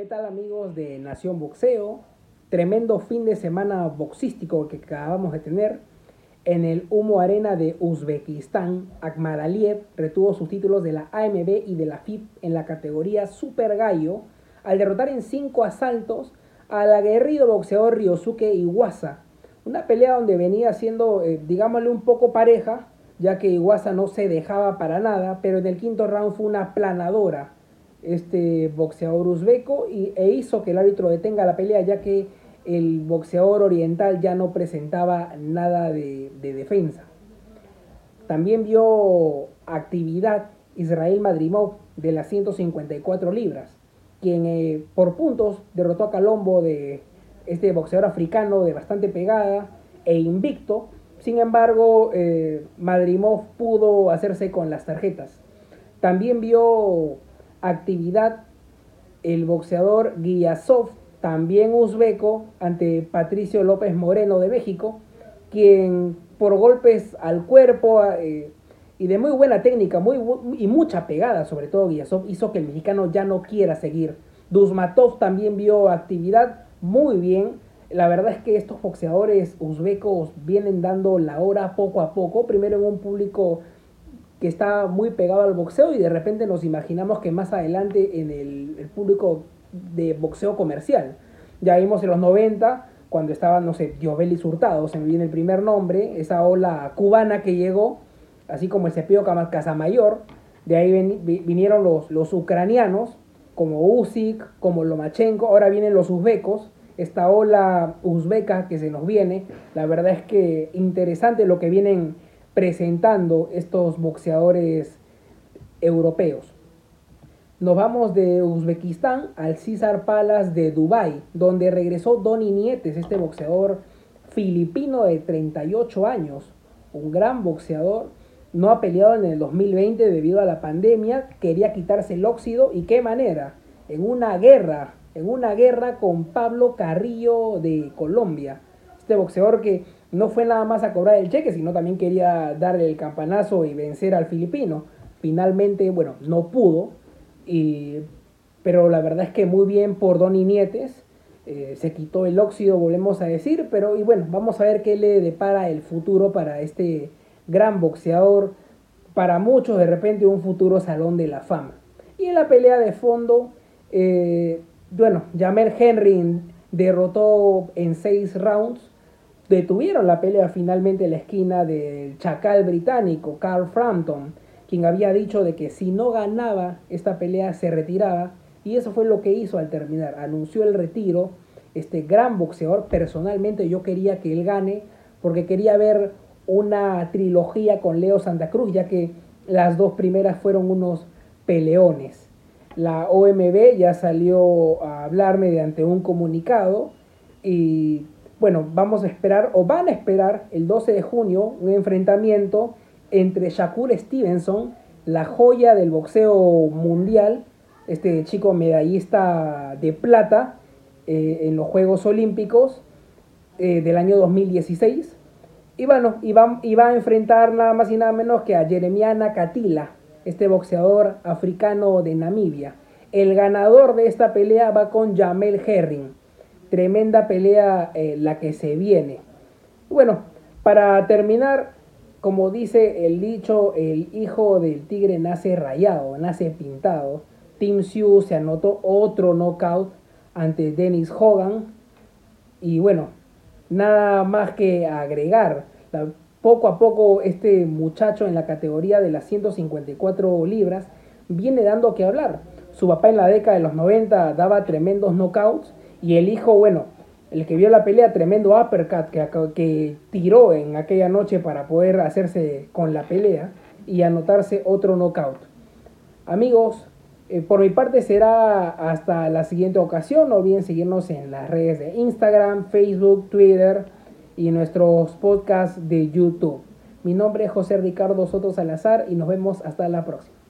tal amigos de Nación Boxeo? Tremendo fin de semana boxístico que acabamos de tener. En el Humo Arena de Uzbekistán, Akhmadaliev retuvo sus títulos de la AMB y de la FIB en la categoría Super Gallo al derrotar en 5 asaltos al aguerrido boxeador Ryosuke Iwasa. Una pelea donde venía siendo, digámosle, un poco pareja, ya que Iwasa no se dejaba para nada, pero en el quinto round fue una aplanadora este boxeador uzbeco e hizo que el árbitro detenga la pelea, ya que el boxeador oriental ya no presentaba nada de defensa. También vio actividad Israel Madrimov de las 154 libras, quien por puntos derrotó a Colombo, de este boxeador africano de bastante pegada e invicto. Sin embargo, Madrimov pudo hacerse con las tarjetas. También vio actividad el boxeador Guillazov, también uzbeco, ante Patricio López Moreno de México, quien por golpes al cuerpo y de muy buena técnica y mucha pegada, sobre todo Guillazov, hizo que el mexicano ya no quiera seguir. Dusmatov también vio actividad muy bien. La verdad es que estos boxeadores uzbecos vienen dando la hora poco a poco, primero en un público que está muy pegado al boxeo y de repente nos imaginamos que más adelante en el público de boxeo comercial. Ya vimos en los 90, cuando estaba, no sé, Diobelis Hurtado, se me viene el primer nombre, esa ola cubana que llegó, así como el Cepillo Casamayor. De ahí vinieron los ucranianos, como Usyk, como Lomachenko. Ahora vienen los uzbecos, esta ola uzbeca que se nos viene. La verdad es que interesante lo que vienen presentando estos boxeadores europeos. Nos vamos de Uzbekistán al Caesar Palace de Dubái, donde regresó Donny Nietes, este boxeador filipino de 38 años, un gran boxeador. No ha peleado en el 2020 debido a la pandemia, quería quitarse el óxido, y qué manera, en una guerra con Pablo Carrillo de Colombia. Este boxeador que no fue nada más a cobrar el cheque, sino también quería darle el campanazo y vencer al filipino. Finalmente, bueno, no pudo, pero la verdad es que muy bien por Donny Nietes. Se quitó el óxido, volvemos a decir, y bueno, vamos a ver qué le depara el futuro para este gran boxeador, para muchos de repente un futuro salón de la fama. Y en la pelea de fondo, bueno, Jamel Henry derrotó en 6 rounds. Detuvieron la pelea finalmente en la esquina del chacal británico Carl Frampton, quien había dicho de que si no ganaba esta pelea se retiraba, y eso fue lo que hizo al terminar. Anunció el retiro. Este gran boxeador, personalmente yo quería que él gane, porque quería ver una trilogía con Leo Santa Cruz, ya que las 2 primeras fueron unos peleones. La OMB ya salió a hablar mediante un comunicado y bueno, vamos a esperar, o van a esperar, el 12 de junio, un enfrentamiento entre Shakur Stevenson, la joya del boxeo mundial, este chico medallista de plata en los Juegos Olímpicos del año 2016. Y bueno, y va a enfrentar nada más y nada menos que a Jeremiana Katila, este boxeador africano de Namibia. El ganador de esta pelea va con Jamel Herring. Tremenda pelea la que se viene. Bueno, para terminar, como dice el dicho, el hijo del tigre nace rayado, nace pintado. Tim Tszyu se anotó otro knockout ante Dennis Hogan. Y bueno, nada más que agregar. Poco a poco este muchacho en la categoría de las 154 libras viene dando que hablar. Su papá en la década de los 90 daba tremendos knockouts, y el hijo, bueno, el que vio la pelea, tremendo uppercut que tiró en aquella noche para poder hacerse con la pelea y anotarse otro knockout. Amigos, por mi parte será hasta la siguiente ocasión. No olviden seguirnos en las redes de Instagram, Facebook, Twitter y nuestros podcasts de YouTube. Mi nombre es José Ricardo Soto Salazar y nos vemos hasta la próxima.